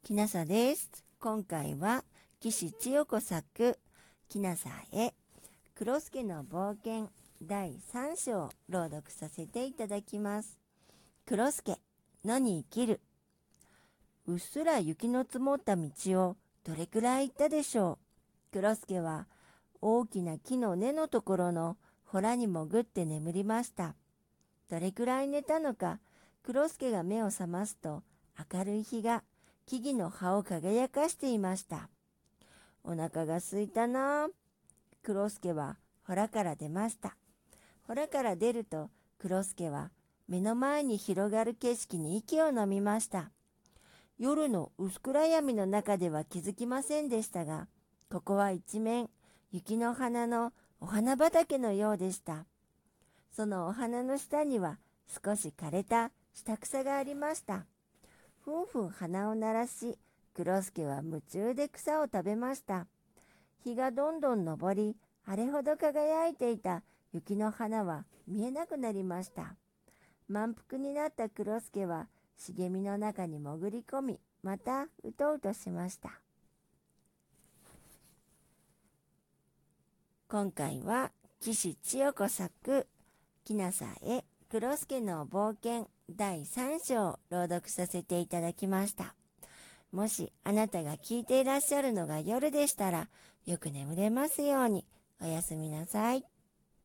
きなさです。今回は岸千代子作きなさへ黒助の冒険第3章を朗読させていただきます。黒助野に生きる。うっすら雪の積もった道をどれくらい行ったでしょう。黒助は大きな木の根のところの洞に潜って眠りました。どれくらい寝たのか、黒助が目を覚ますと明るい日が木々の葉を輝かしていました。お腹が空いたな。黒助は洞から出ました。洞から出ると黒助は目の前に広がる景色に息を飲みました。夜の薄暗闇の中では気づきませんでしたが、ここは一面雪の花のお花畑のようでした。そのお花の下には少し枯れた下草がありました。ふんふん鼻を鳴らし、黒助は夢中で草を食べました。日がどんどん昇り、あれほど輝いていた雪の花は見えなくなりました。満腹になった黒助は茂みの中に潜り込み、またうとうとしました。今回は岸千代子作きなさへ黒助の冒険第3章を朗読させていただきました。もしあなたが聞いていらっしゃるのが夜でしたら、よく眠れますように。おやすみなさい。